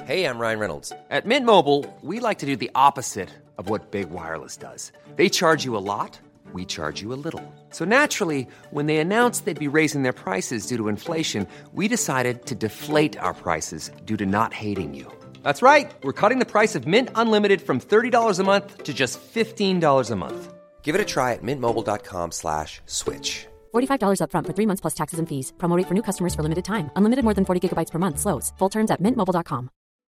Hey, I'm Ryan Reynolds. At Mint Mobile, we like to do the opposite of what Big Wireless does. They charge you a lot, we charge you a little. So naturally, when they announced they'd be raising their prices due to inflation, we decided to deflate our prices due to not hating you. That's right. We're cutting the price of Mint Unlimited from $30 a month to just $15 a month. Give it a try at mintmobile.com/switch. $45 up front for 3 months plus taxes and fees. Promo rate for new customers for limited time. Unlimited more than 40 gigabytes per month. Slows full terms at mintmobile.com.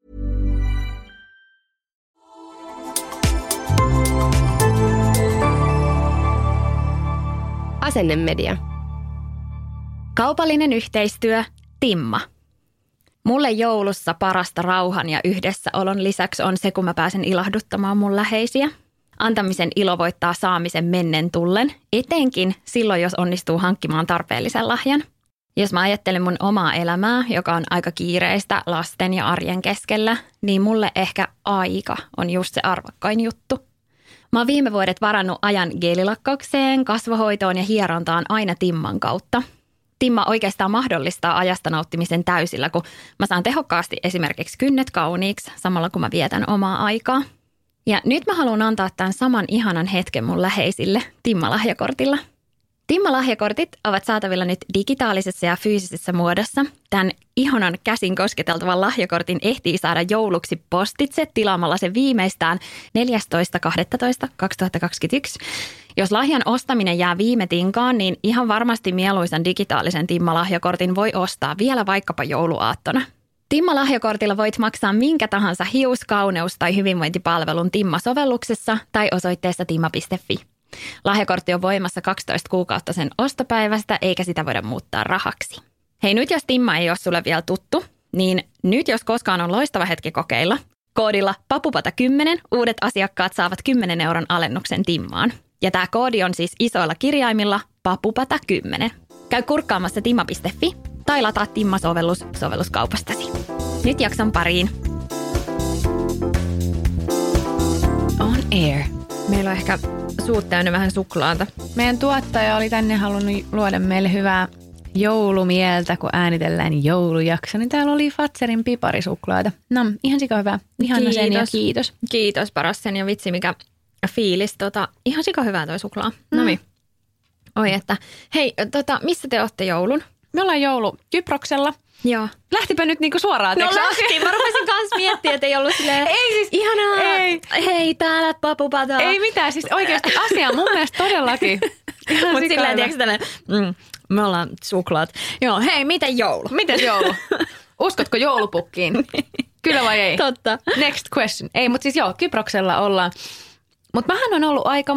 Asennemedia. Kaupallinen yhteistyö, Timma. Mulle joulussa parasta rauhan ja yhdessäolon lisäksi on se, kun mä pääsen ilahduttamaan mun läheisiä. Antamisen ilo voittaa saamisen mennen tullen, etenkin silloin, jos onnistuu hankkimaan tarpeellisen lahjan. Jos mä ajattelen mun omaa elämää, joka on aika kiireistä lasten ja arjen keskellä, niin mulle ehkä aika on just se arvokkain juttu. Mä oon viime vuodet varannut ajan geelilakkaukseen, kasvohoitoon ja hierontaan aina Timman kautta. Timma oikeastaan mahdollistaa ajasta nauttimisen täysillä, kun mä saan tehokkaasti esimerkiksi kynnet kauniiksi samalla kun mä vietän omaa aikaa. Ja nyt mä haluan antaa tämän saman ihanan hetken mun läheisille Timma-lahjakortilla. Timma-lahjakortit ovat saatavilla nyt digitaalisessa ja fyysisessä muodossa. Tämän ihanan käsin kosketeltavan lahjakortin ehtii saada jouluksi postitse tilaamalla se viimeistään 14.12.2021. Jos lahjan ostaminen jää viime tinkaan, niin ihan varmasti mieluisan digitaalisen Timma-lahjakortin voi ostaa vielä vaikkapa jouluaattona. Timma-lahjakortilla voit maksaa minkä tahansa hius-, kauneus- tai hyvinvointipalvelun Timma-sovelluksessa tai osoitteessa timma.fi. Lahjakortti on voimassa 12 kuukautta sen ostopäivästä, eikä sitä voida muuttaa rahaksi. Hei, nyt jos Timma ei ole sulle vielä tuttu, niin nyt jos koskaan on loistava hetki kokeilla. Koodilla papupata10 uudet asiakkaat saavat 10 € alennuksen Timmaan. Ja tämä koodi on siis isoilla kirjaimilla papupata10. Käy kurkkaamassa timma.fi tai lataa Timma-sovellus sovelluskaupastasi. Nyt jakson pariin. On air. Meillä on ehkä suut täynnä vähän suklaata. Meidän tuottaja oli tänne halunnut luoda meille hyvää joulumieltä, kun äänitellään joulujakso. Niin täällä oli Fatserin piparisuklaata. No, ihan sika hyvää. Ihan sen ja kiitos. Kiitos, paras sen ja vitsi mikä fiilis. Ihan sika hyvää toi suklaa. Nomi. Oi, että hei, missä te olette joulun? Me ollaan joulu Kyproksella. Joo. Lähtipä nyt niinku suoraan. No lähti. Mä rupesin kanssa miettiä, että ei ollut silleen. Ei siis. Ihanaa. Ei. Hei, täällä papupata. Ei mitään. Siis oikeasti asia mun mielestä todellakin. Mutta silleen, tiedätkö tällainen, me ollaan suklaat. Joo, hei, miten joulu? Mites joulu? Uskotko joulupukkiin? Kyllä vai ei? Totta. Next question. Ei, mutta siis joo, Kyproksella ollaan. Mutta mähän on ollut aika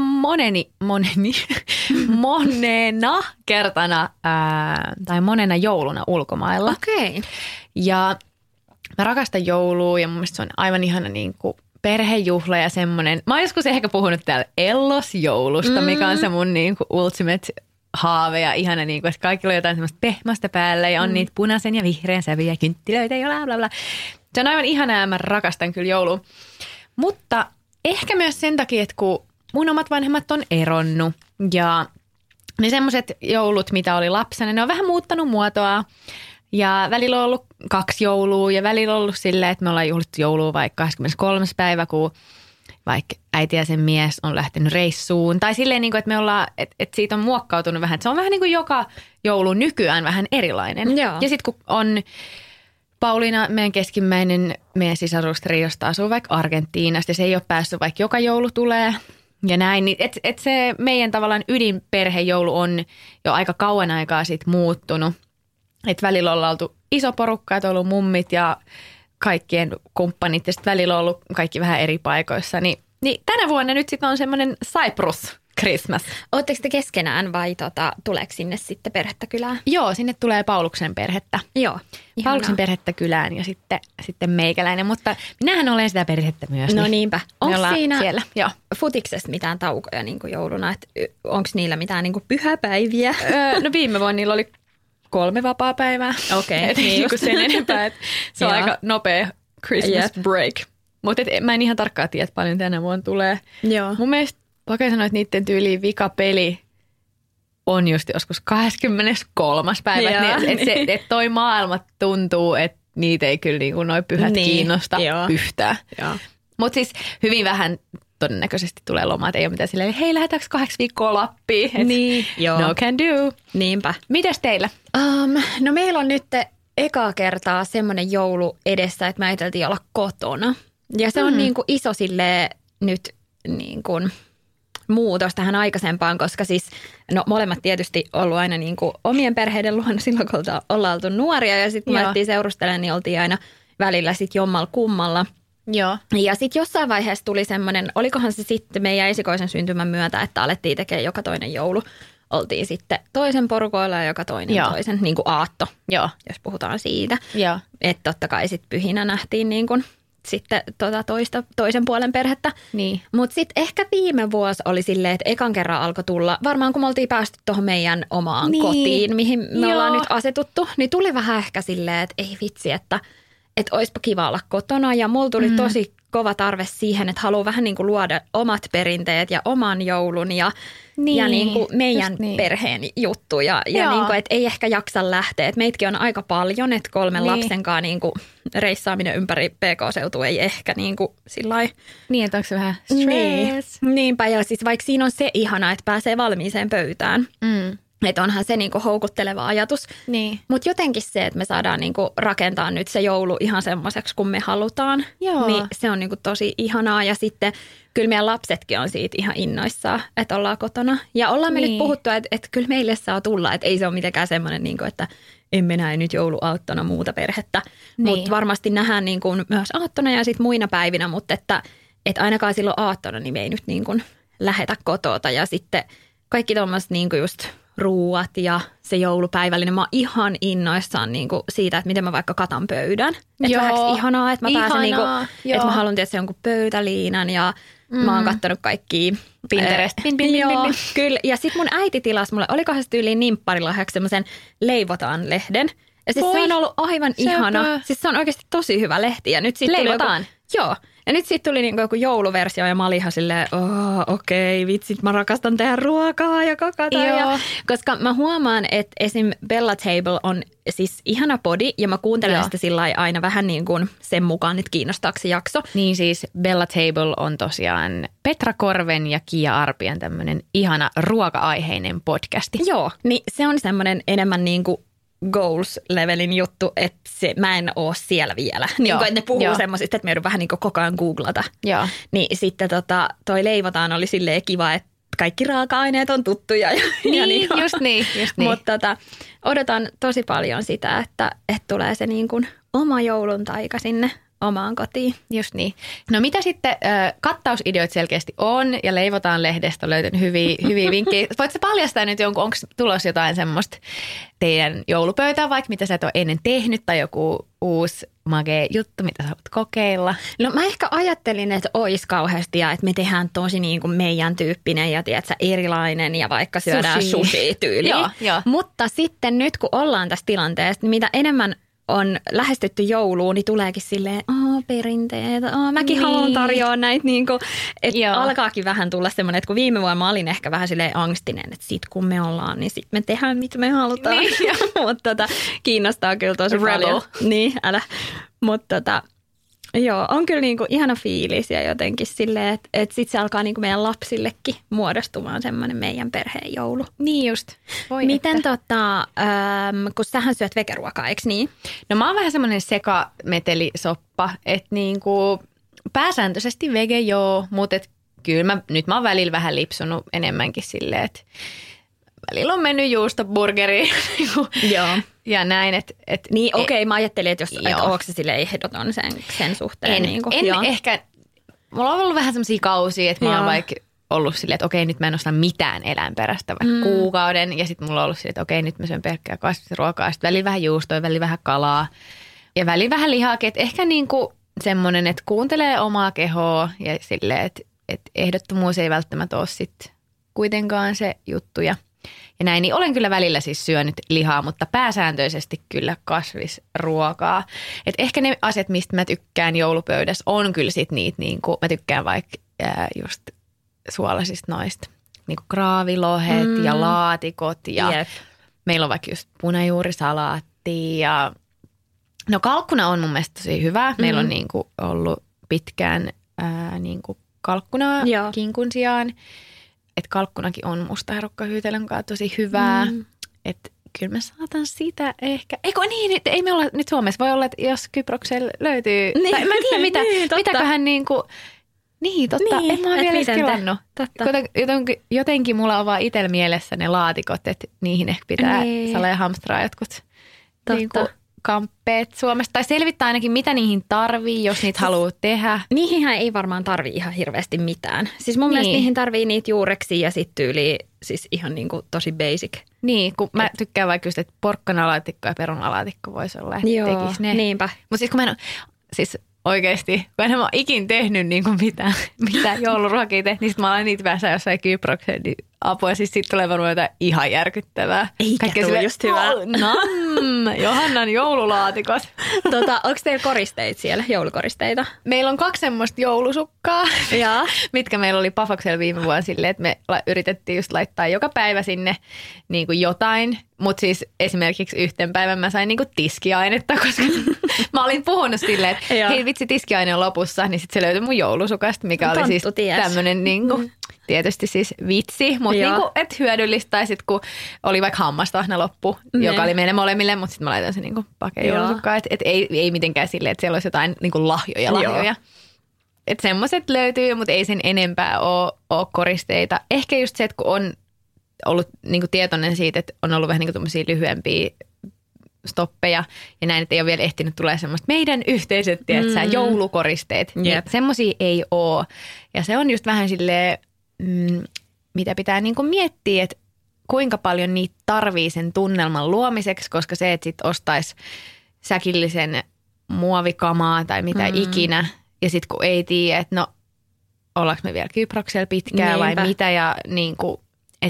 monena kertana tai monena jouluna ulkomailla. Okei. Ja mä rakastan joulua ja mun mielestä se on aivan ihana niin kuin perhejuhla ja semmoinen. Mä oon joskus ehkä puhunut täällä Ellos-joulusta, mikä on se mun niin kuin ultimate haave ja ihana, niin kuin, että kaikilla on jotain semmoista pehmästä päällä ja on niitä punaisen ja vihreän sävyjä, kynttilöitä ja bla bla bla. Se on aivan ihanaa ja mä rakastan kyllä joulua. Mutta ehkä myös sen takia, että kun mun omat vanhemmat on eronnut ja ne semmoiset joulut, mitä oli lapsena, ne on vähän muuttanut muotoa. Ja välillä on ollut 2 joulua ja välillä on ollut silleen, että me ollaan juhlittu joulua vaikka 23. päivä, kun vaikka äiti ja sen mies on lähtenyt reissuun. Tai silleen, niin kuin, että me ollaan, että siitä on muokkautunut vähän. Että se on vähän niin kuin joka joulu nykyään vähän erilainen. Joo. Ja sitten kun on Pauliina, meidän keskimmäinen, meidän sisarusta Riosta asuu vaikka Argentiinasta ja se ei ole päässyt, vaikka joka joulu tulee ja näin. Niin et se meidän tavallaan ydinperhejoulu on jo aika kauan aikaa sitten muuttunut. Että välillä ollaan oltu iso porukka, että on ollut mummit ja kaikkien kumppanit ja sitten välillä on ollut kaikki vähän eri paikoissa. Niin tänä vuonna nyt sitten on semmoinen Cyprus Christmas. Oletteko te keskenään vai tuleeko sinne sitten perhettä kylään? Joo, sinne tulee Pauluksen perhettä. Joo. Pauluksen perhettä kylään ja sitten meikäläinen, mutta minähän olen sitä perhettä myös. No niinpä. Onko siinä siellä? Joo. Futiksesta mitään taukoja niin kuin jouluna? Onko niillä mitään niin kuin pyhäpäiviä? No viime vuonna niillä oli 3 vapaapäivää. Okei. Niin just sen enempää. Se on aika nopea Christmas break. Mutta mä en ihan tarkkaan tiedä, että paljon tänä vuonna tulee. Joo. Mun mielestä Pake sanoi, että niiden tyyliin vikapeli on just joskus 23. päivä. Että toi maailma tuntuu, että niitä ei kyllä niin kuin noi pyhät kiinnosta yhtään. Mutta siis hyvin vähän todennäköisesti tulee lomaa, että ei ole mitään silleen, hei lähdetäänkö 8 viikkoa Lappiin? Niin, joo. No can do. Niinpä. Mites teillä? No meillä on nyt ekaa kertaa semmoinen joulu edessä, että me ajateltiin olla kotona. Ja se on niin kuin iso silleen nyt niin kuin muutos tähän aikaisempaan, koska siis molemmat tietysti ollut aina niin kuin omien perheiden luona silloin, kun ollaan oltu nuoria. Ja sitten kun me alettiin seurustelemaan, niin oltiin aina välillä sitten jommalla kummalla. Joo. Ja sitten jossain vaiheessa tuli semmoinen, olikohan se sitten meidän esikoisen syntymän myötä, että alettiin tekemään joka toinen joulu. Oltiin sitten toisen porukoilla ja joka toinen toisen, niin kuin aatto, jos puhutaan siitä. Että totta kai sitten pyhinä nähtiin niin kuin sitten toisen puolen perhettä. Niin. Mutta sitten ehkä viime vuosi oli silleen, että ekan kerran alkoi tulla, varmaan kun me oltiin päästy tuohon meidän omaan kotiin, mihin me ollaan nyt asetuttu, niin tuli vähän ehkä silleen, että ei vitsi, että olisipa kiva olla kotona. Ja mulla tuli tosi kova tarve siihen, että haluaa vähän niin kuin luoda omat perinteet ja oman joulun ja niin kuin meidän perheen juttu. Ja niin kuin, että ei ehkä jaksa lähteä. Et meitäkin on aika paljon, että 3 lapsen kanssa niin kuin reissaaminen ympäri PK-seutua ei ehkä niin kuin sillai. Niin, että onko se vähän stress? Niinpä, ja siis vaikka siinä on se ihana, että pääsee valmiiseen pöytään. Että onhan se niinku houkutteleva ajatus. Niin. Mutta jotenkin se, että me saadaan niinku rakentaa nyt se joulu ihan semmoiseksi, kun me halutaan. Niin se on niinku tosi ihanaa. Ja sitten kyllä meidän lapsetkin on siitä ihan innoissaan, että ollaan kotona. Ja ollaan me nyt puhuttu, että kyllä meille saa tulla. Että ei se ole mitenkään semmoinen, niinku, että emme näe nyt jouluaattona muuta perhettä. Mutta varmasti nähdään niinku myös aattona ja sitten muina päivinä. Mutta että ainakaan silloin aattona niin me ei nyt niinku lähetä kotota. Ja sitten kaikki tuommoiset niinku just ruuat ja se joulupäivällinen. Mä oon ihan innoissaan niinku siitä, että miten mä vaikka katan pöydän. Että vähäksi ihanaa, että mä pääsen niinku, että mä haluan tietysti jonkun pöytäliinan ja mä oon kattonut kaikkia Pinterest. Kyllä. Ja sit mun äiti tilasi mulle, olikohan se tyyliin nimpparilahjaksi semmoisen leivotaan lehden. Ja siis se on ollut aivan ihana. Siis se on oikeasti tosi hyvä lehti. Ja nyt leivotaan? Joo. Ja nyt sitten tuli niinku joku jouluversio ja mä olin ihan silleen, okei, vitsit, mä rakastan tehdä ruokaa ja kokata. Koska mä huomaan, että esim. Bella Table on siis ihana podi ja mä kuuntelen sitä sillä aina vähän niin kuin sen mukaan, että kiinnostaako se jakso. Niin siis Bella Table on tosiaan Petra Korven ja Kia Arpian tämmöinen ihana ruoka-aiheinen podcasti. Joo, niin se on semmoinen enemmän niin kuin goals-levelin juttu, että mä en ole siellä vielä. Niin kuin, että ne puhuu semmoisista, että me joudun vähän niin kuin koko ajan googlata. Niin sitten toi leivotaan oli silleen kiva, että kaikki raaka-aineet on tuttuja. Niin, just niin. Mutta odotan tosi paljon sitä, että tulee se niin kuin oma joulun taika sinne omaan kotiin. Just niin. No mitä sitten kattausideoit selkeästi on ja leivotaan lehdestä, löytän hyviä vinkkejä. Voitko paljastaa nyt jonkun, onko tulossa jotain semmoista teidän joulupöytään vaikka, mitä sä et ole ennen tehnyt tai joku uusi magee juttu, mitä sä haluat kokeilla? No mä ehkä ajattelin, että olisi kauheasti ja että me tehdään tosi niin kuin meidän tyyppinen ja tiedätkö, erilainen ja vaikka syödään sushi-tyyliä. Mutta sitten nyt kun ollaan tässä tilanteessa, niin mitä enemmän on lähestytty jouluun, niin tuleekin silleen, perinteet, mäkin haluan tarjoa näitä, niin kuin, että alkaakin vähän tulla semmoinen, että kun viime vuonna mä olin ehkä vähän silleen angstinen, että sit kun me ollaan, niin sit me tehdään, mitä me halutaan. Niin, mutta kiinnostaa kyllä tosi paljon. Niin, älä. Mutta joo, on kyllä niinku ihana fiilis ja jotenkin silleen, että sit se alkaa niinku meidän lapsillekin muodostumaan semmoinen meidän perheen joulu. Niin just. Miten kun sähän syöt vegeruokaa, eikö niin? No mä oon vähän semmoinen sekametelisoppa, että niinku pääsääntöisesti vege mutta kyllä nyt mä oon välillä vähän lipsunut enemmänkin silleen, että välillä on mennyt juustoburgeriin. Joo. Ja näin, että niin okei, mä ajattelin, että onko se sille ehdoton sen suhteen. En ehkä, mulla on ollut vähän semmoisia kausia, että mä oon vaikka ollut silleen, että okei, nyt mä en osta mitään eläinperäistä vaikka kuukauden. Ja sitten mulla on ollut silleen, että okei, nyt mä syön pelkkää kasvisruokaa. Sitten välillä vähän juustoa, välillä vähän kalaa ja välillä vähän lihaakin. Että ehkä niinku semmoinen, että kuuntelee omaa kehoa ja silleen, että ehdottomuus ei välttämättä ole sitten kuitenkaan se juttu ja näin, niin olen kyllä välillä siis syönyt lihaa, mutta pääsääntöisesti kyllä kasvisruokaa. Et ehkä ne asiat, mistä mä tykkään joulupöydässä, on kyllä sit niitä, niin kuin mä tykkään vaikka just suolaisista noista, niin kuin kraavilohet ja laatikot ja meillä on vaikka just punajuurisalaatti ja No kalkkuna on mun mielestä tosi hyvä. Meillä on niinku ollut pitkään niinku kalkkunaa kinkun sijaan. Että kalkkunakin on mustaherukkahyytelön kanssa tosi hyvää. Että kyllä mä saatan sitä ehkä. Eikö niin, ei me olla nyt Suomessa. Voi olla, että jos Kyproksella löytyy. Niin. Tai mä en tiedä, mitäköhän niinku. Niin, totta. En mä ole vielä edes kelannut. Jotenkin mulla on vaan itsellä mielessä ne laatikot, että niihin ehkä pitää saada hamstraa jotkut niinku kamppeet Suomesta. Tai selvittää ainakin, mitä niihin tarvii, jos niitä haluaa tehdä. Niihinhän ei varmaan tarvii ihan hirveästi mitään. Siis mun mielestä niihin tarvii niitä juureksia ja sitten tyyliin siis ihan niinku tosi basic. Niin, kun mä tykkään vaikka just, että porkkanalaatikko ja perunalaatikko voisi olla, että tekisi ne. Niinpä. Mutta siis kun mä en siis oikeasti, kun en mä ikin tehnyt niin kuin mitään jouluruokia tehnyt, niin sit mä olen niitä päässä jossain Kyprokseen, niin apua. Siis sit tulee varmaan jotain ihan järkyttävää. Eikä tule just hyvää. Johannan joululaatikot. Onko teillä koristeita siellä, joulukoristeita? Meillä on 2 semmoista joulusukkaa, mitkä meillä oli Pafoksella viime vuonna silleen, että me yritettiin just laittaa joka päivä sinne niin kuin jotain. Mutta siis esimerkiksi yhten päivän mä sain niinku tiskiainetta, koska mä olin puhunut silleen, että hei vitsi, tiskiaine on lopussa, niin sitten se löytyi mun joulusukasta, mikä oli siis tämmöinen niinku, tietysti siis vitsi, mutta niinku, et hyödyllistä. Tai sitten kun oli vaikka hammastahna loppu, joka oli meille molemmille, mutta sitten mä laitan sen niinku pakeen joulusukkaan. Että ei mitenkään silleen, että siellä olisi jotain niinku lahjoja. Että semmoiset löytyy, mutta ei sen enempää ole koristeita. Ehkä just se, että kun on ollut niinku tietoinen siitä, että on ollut vähän niinku tämmöisiä lyhyempiä stoppeja ja näin, että ei ole vielä ehtinyt tulee semmoista meidän yhteiset, joulukoristeet. Niin semmoisia ei ole. Ja se on just vähän silleen, mitä pitää niinku miettiä, että kuinka paljon niitä tarvii sen tunnelman luomiseksi, koska se, että sit ostaisi säkillisen muovikamaa tai mitä ikinä, ja sitten kun ei tiedä, että no, ollaanko me vielä Kyproksella pitkään vai mitä, ja niinku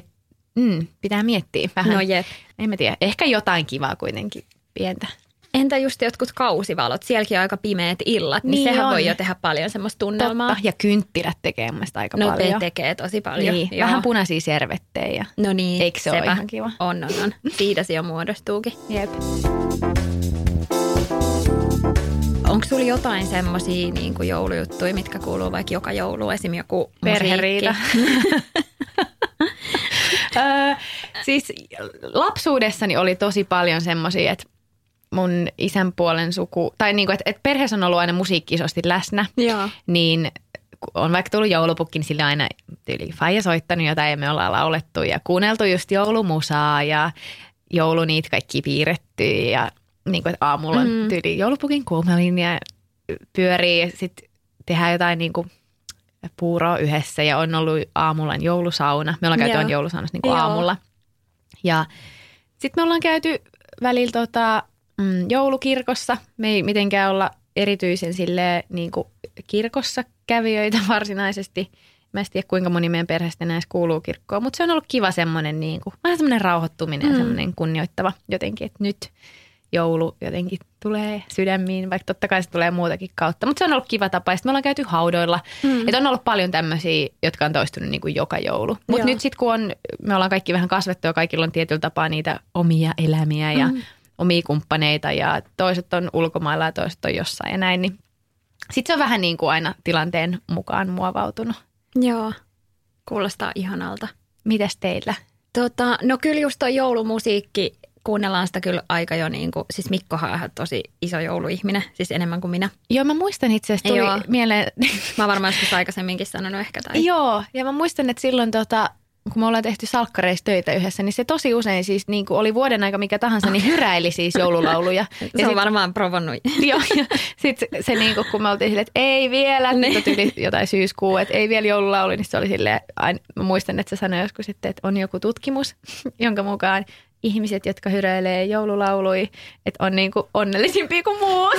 pitää miettiä vähän. No jep. En mä tiedä. Ehkä jotain kivaa kuitenkin pientä. Entä just jotkut kausivalot? Sielläkin on aika pimeät illat, niin sehän voi jo tehdä paljon semmoista tunnelmaa. Totta. Ja kynttilät tekee mun mielestä aika paljon. No tekee tosi paljon. Niin. Vähän punaisia servettejä. No niin. Eikö se ole ihan kiva? On. Siitä se jo muodostuukin. Jep. Onko sulla jotain semmoisia niin kuin joulujuttuja, mitkä kuuluu vaikka joka joulu? Esimerkiksi joku perheriita. Siis lapsuudessani oli tosi paljon semmoisia, että mun isän puolen suku, tai niinku, että perheessä on ollut aina musiikki isosti läsnä, niin on vaikka tullut joulupukki, niin sillä aina tyyli faija soittanut jotain ja me ollaan laulettu ja kuunneltu just joulumusaa ja jouluniit kaikki piirretty ja niinku, että aamulla on tyyli joulupukin kuumelin ja pyörii ja sitten tehdään jotain niinku puuroa yhdessä ja on ollut aamulla joulusauna. Me ollaan käyty joulusaunassa niin kuin aamulla. Ja sitten me ollaan käyty välillä joulukirkossa. Me ei mitenkään olla erityisen silleen, niin kuin kirkossa kävijöitä varsinaisesti. Mä en tiedä, kuinka moni meidän perheestä näissä kuuluu kirkkoon, mutta se on ollut kiva semmoinen, niin kuin, vähän semmoinen rauhoittuminen ja semmoinen kunnioittava jotenkin, että nyt joulu jotenkin tulee sydämiin, vaikka totta kai se tulee muutakin kautta. Mutta se on ollut kiva tapa. Ja sitten me ollaan käyty haudoilla. Että on ollut paljon tämmöisiä, jotka on toistunut niin kuin joka joulu. Mutta nyt sitten kun me ollaan kaikki vähän kasvettu ja kaikilla on tietyllä tapaa niitä omia elämiä ja omia kumppaneita ja toiset on ulkomailla ja toiset on jossain ja näin. Niin sitten se on vähän niin kuin aina tilanteen mukaan muovautunut. Joo, kuulostaa ihanalta. Mitäs teillä? No kyllä just toi joulumusiikki. Kuunnellaan sitä kyllä aika jo niin kuin, siis Mikkohan on ihan tosi iso jouluihminen, siis enemmän kuin minä. Joo, mä muistan itse asiassa, tuli mieleen. Mä oon varmaan joskus aikaisemminkin sanonut ehkä. Tai. Joo, ja mä muistan, että silloin kun me ollaan tehty salkkareissa töitä yhdessä, niin se tosi usein siis niin kuin oli vuoden aika mikä tahansa, niin hyräili siis joululauluja. Se on varmaan provonnut. Joo, ja sitten se niin kuin, kun me oltiin silleen, että ei vielä, nyt tuli jotain syyskuu, että ei vielä joululaulu, niin se oli silleen, mä muistan, että se sanoi joskus sitten, että on joku tutkimus, jonka mukaan ihmiset, jotka hyräilee joululaului, että on niinku onnellisimpia kuin muut.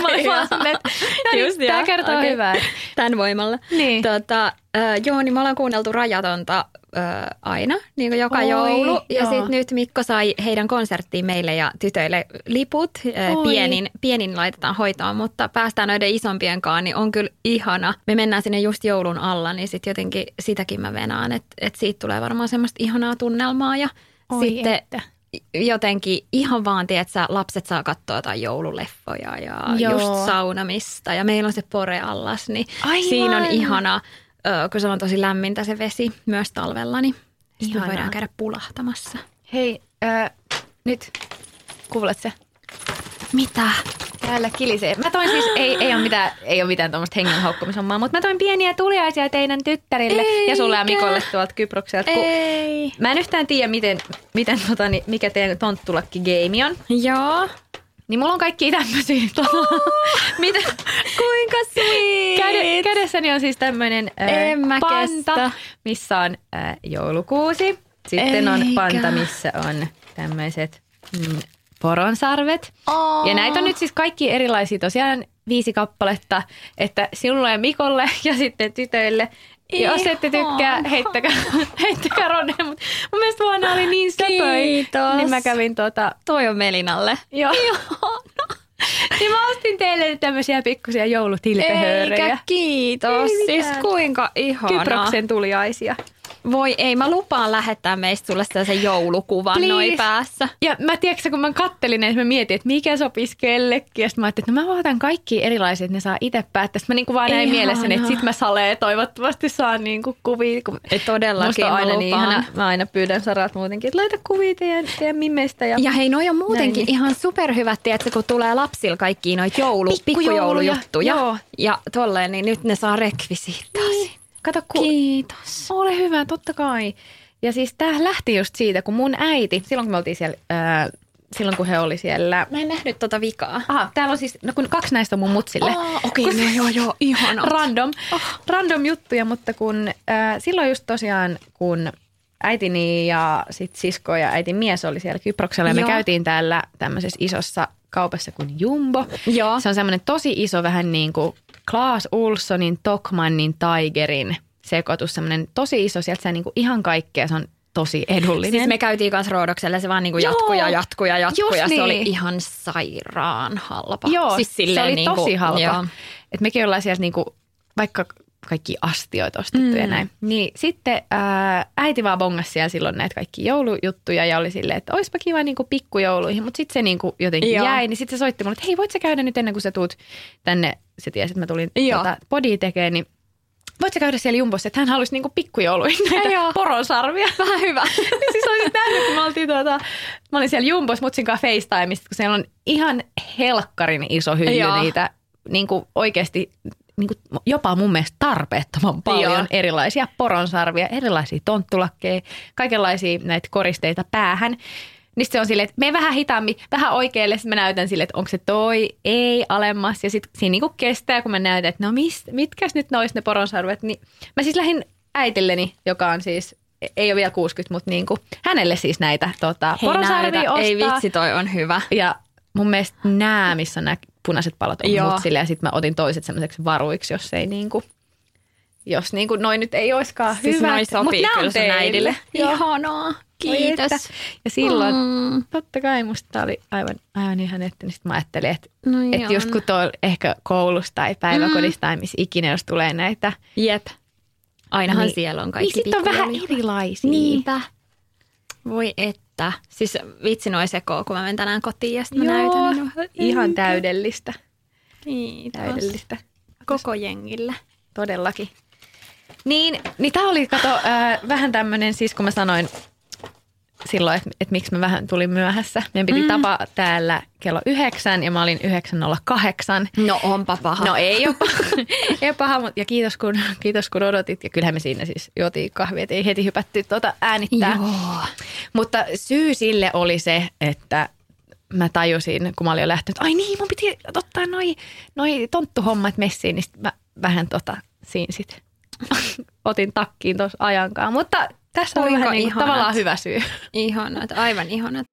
Tämä kertoo hyvää. Tämän voimalla. Niin. Niin me ollaan kuunneltu Rajatonta aina, niin kuin joka joulu. Ja sitten nyt Mikko sai heidän konserttiin meille ja tytöille liput. Pienin laitetaan hoitoon, mutta päästään noiden isompien kanssa, niin on kyllä ihana. Me mennään sinne just joulun alla, niin sitten jotenkin sitäkin mä venaan, että siitä tulee varmaan semmoista ihanaa tunnelmaa. Ja sitten jotenkin ihan vaan, tiedätkö, lapset saa katsoa jotain joululeffoja ja just saunamista. Ja meillä on se poreallas, niin siinä on ihana, kun se on tosi lämmintä se vesi myös talvella, niin sitten me voidaan käydä pulahtamassa. Hei, nyt kuulet se? Mitä? Täällä kilisee. Mä toin siis, ei ole mitään tuommoista hengenhaukkumisommaa, mutta mä toin pieniä tuliaisia teidän tyttärille ja sulle ja Mikolle tuolta Kyprokselta. Ei. Mä en yhtään tiedä, mikä teidän tonttulakki-game on. Joo. Niin mulla on kaikki tämmöisiä. Mitä? Kuinka sweet? Kädessäni on siis tämmöinen panta, missä on joulukuusi. Sitten on panta, missä on tämmöiset poronsarvet. Ja näitä on nyt siis kaikki erilaisia, tosiaan 5 kappaletta, että sinulle ja Mikolle ja sitten tytöille. Jos ette tykkää, heittäkää Ronne, mutta mun mielestä vuonna oli niin söpöi. Kiitos. Niin mä kävin Toi on Melinalle. Joo. Niin mä ostin teille tämmöisiä pikkusia joulutilpehöörejä. Eikä kiitos. Siis kuinka ihanaa. Kyproksen tuliaisia. Voi ei, mä lupaan lähettää meistä sulle sellaisen joulukuvan noin päässä. Ja mä tiedätkö, kun mä kattelin, että mä mietin, että mikä sopisi kellekin. Ja sitten mä ajattelin, että no mä otan kaikki erilaiset, että ne saa itse päättää. Sitten mä niinku vaan näin mielessäni, että sit mä salee toivottavasti saan niinku kuvia. Todellakin musta on aina niin ihana. Mä aina pyydän Sarat muutenkin, että laita kuvia teidän mimmeistä. Ja hei, noi on muutenkin ihan superhyvät, tiedätkö, kun tulee lapsilla kaikkia noita pikkujoulujuttuja. Joo. Ja tolleen, niin nyt ne saa rekvisiittasi. Niin. Kato, kiitos. Ole hyvä, totta kai. Ja siis tää lähti just siitä, kun mun äiti, silloin kun me oltiin siellä, silloin kun he oli siellä. Mä en nähnyt tota vikaa. Aha, täällä on siis, no kun 2 näistä on mun mutsille. Okei, joo, ihanaa. Random juttuja, mutta kun silloin just tosiaan, kun äitini ja sit sisko ja äitin mies oli siellä Kyproksella. Ja me käytiin täällä tämmöisessä isossa kaupassa kuin Jumbo. Joo. Se on semmoinen tosi iso, vähän niin kuin Clas Ohlsonin, Tokmannin, Tigerin sekoitus. Semmoinen tosi iso, sieltä saa niin kuin ihan kaikkea, se on tosi edullinen. Siis me käytiin kanssa Roodoksella, se vaan niin kuin jatkui ja niin. Se oli ihan sairaan halpa. Joo, siis se oli niin tosi halpa. Joo. Et mekin ollaan siellä niin kuin, vaikka kaikki astioita ostettu ja näin. Niin sitten äiti vaan bongasi siellä silloin näitä kaikki joulujuttuja ja oli silleen, että oispa kiva niin kuin pikkujouluihin, mutta sitten se niin kuin jotenkin jäi. Niin sitten se soitti mulle, että hei, voit sä käydä nyt ennen kuin sä tuut tänne, se tiesi, että mä tulin podia tekemään, niin voit sä käydä siellä Jumbossa, että hän halusi niin kuin pikkujouluihin näitä poronsarvia. Vähän hyvä. Niin siis olisit nähnyt, kun mä olin siellä Jumbossa mutsin kanssa FaceTimeista, kun siellä on ihan helkkarin iso hylly niitä niin kuin oikeasti niin kuin jopa mun mielestä tarpeettoman paljon erilaisia poronsarvia, erilaisia tonttulakkeja, kaikenlaisia näitä koristeita päähän. Niin se on silleen, että mene vähän hitaammin, vähän oikealle, sitten mä näytän silleen, että onko se toi, ei, alemmas. Ja sitten siinä niinku kestää, kun mä näytän, että no mitkäs nyt nois ne poronsarvet. Niin mä siis lähdin äitilleni, joka on siis, ei ole vielä 60, mutta niinku, hänelle siis näitä poronsarvia ostaa. Ei vitsi, toi on hyvä. Ja mun mielestä nämä, missä on nämä punaiset palot on mutsille. Ja sitten mä otin toiset semmoiseksi varuiksi, jos ei niinku, jos niinku noin nyt ei oiskaan siis hyvät. Siis sopii kyllä sun äidille. Ihanaa. Kiitos. Ja silloin, totta kai musta tää oli aivan ihan, että sitten mä ajattelin, että just kun tuolla ehkä koulusta tai päiväkodista tai missä ikinä, jos tulee näitä. Jep. Ainahan niin, siellä on kaikki niin sitten on vähän erilaisia. Niinpä. Voi että. Siis vitsi noi sekoo, kun mä menen tänään kotiin ja sitten mä näytän. Ihan täydellistä. Kiitos. Täydellistä. Koko jengille. Todellakin. Niin tää oli, kato, vähän tämmönen, siis kun mä sanoin silloin, että miksi mä vähän tulin myöhässä. Meidän piti tapa täällä kello 9 ja mä olin 9.08. No onpa paha. No ei ole paha, ei ole paha mutta, ja kiitos kun odotit. Ja kyllähän me siinä siis juotiin kahvia, että ei heti hypätty äänittää. Joo. Mutta syy sille oli se, että mä tajusin, kun mä olin jo lähtenyt, ai niin, mun piti ottaa noi tonttuhommat messiin, niin sit mä vähän siinä sit otin takkiin tuossa ajankaan. Mutta tässä oli vähän niin tavallaan hyvä syy. Ihanat, aivan ihanat.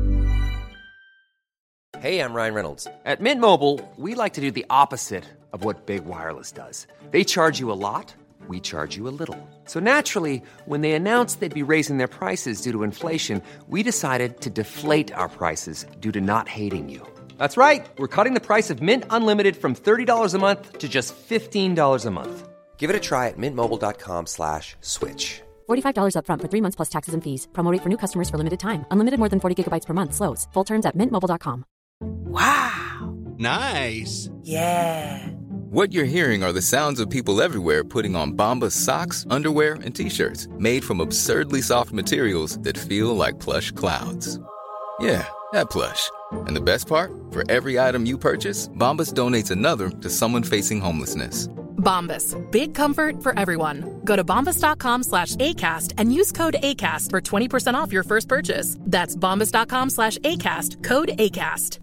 Hey, I'm Ryan Reynolds. At Mint Mobile, we like to do the opposite of what Big Wireless does. They charge you a lot, we charge you a little. So naturally, when they announced they'd be raising their prices due to inflation, we decided to deflate our prices due to not hating you. That's right. We're cutting the price of Mint Unlimited from $30 a month to just $15 a month. Give it a try at mintmobile.com/switch. $45 up front for 3 months plus taxes and fees. Promo rate for new customers for limited time. Unlimited more than 40 gigabytes per month slows. Full terms at mintmobile.com. Wow. Nice. Yeah. What you're hearing are the sounds of people everywhere putting on Bombas socks, underwear, and T-shirts made from absurdly soft materials that feel like plush clouds. Yeah, that plush. And the best part? For every item you purchase, Bombas donates another to someone facing homelessness. Bombas. Big comfort for everyone. Go to bombas.com/ACAST and use code ACAST for 20% off your first purchase. That's bombas.com/ACAST. Code ACAST.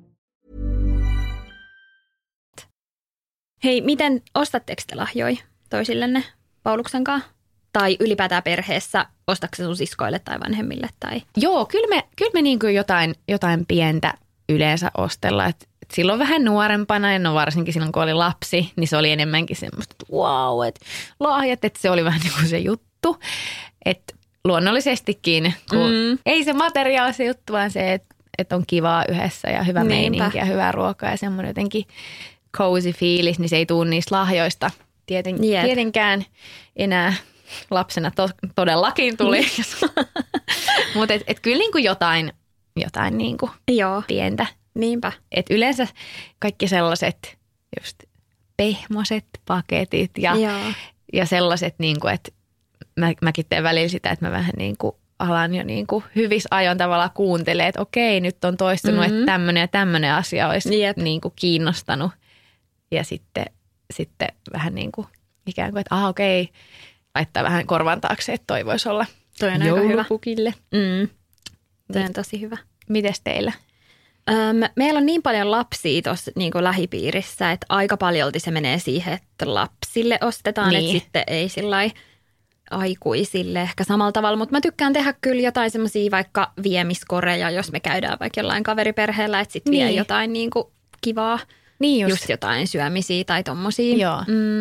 Hei, miten ostatteko te lahjoja toisillenne Pauluksen kanssa? Tai ylipäätään perheessä, ostatko sun siskoille tai vanhemmille? Tai? Joo, kyllä me niin kuin jotain pientä yleensä ostella. Et silloin vähän nuorempana, no varsinkin silloin kun oli lapsi, niin se oli enemmänkin semmoista, että wow, että lahjat, että se oli vähän niin kuin se juttu. Että luonnollisestikin, kun ei se materiaali se juttu, vaan se, että on kivaa yhdessä ja hyvä meininki ja hyvää ruokaa ja semmoinen jotenkin cozy fiilis, niin se ei tule niistä lahjoista tietenkään enää. Lapsena todellakin tuli. Mutta et kyllä niinku jotain niinku pientä. Niinpä. Et yleensä kaikki sellaiset just pehmoset paketit ja sellaiset, niinku, että mäkin teen välillä sitä, että mä vähän niinku alan jo niinku hyvissä ajoin tavallaan kuuntelee, että okei, nyt on toistunut, että tämmöinen ja tämmöinen asia olisi niinku kiinnostanut. Ja sitten vähän niin kuin ikään kuin, että okei, laittaa vähän korvan taakse, että toi voisi olla joulupukille. Toi on tosi hyvä. Mites teillä? Meillä on niin paljon lapsia tuossa niin kuin lähipiirissä, että aika paljolti se menee siihen, että lapsille ostetaan, että sitten ei sillai aikuisille ehkä samalla tavalla. Mutta mä tykkään tehdä kyllä jotain semmoisia vaikka viemiskoreja, jos me käydään vaikka jollain kaveriperheellä, että sitten vie jotain niin kuin kivaa. Niin just jotain syömisiä tai tommosia. Joo.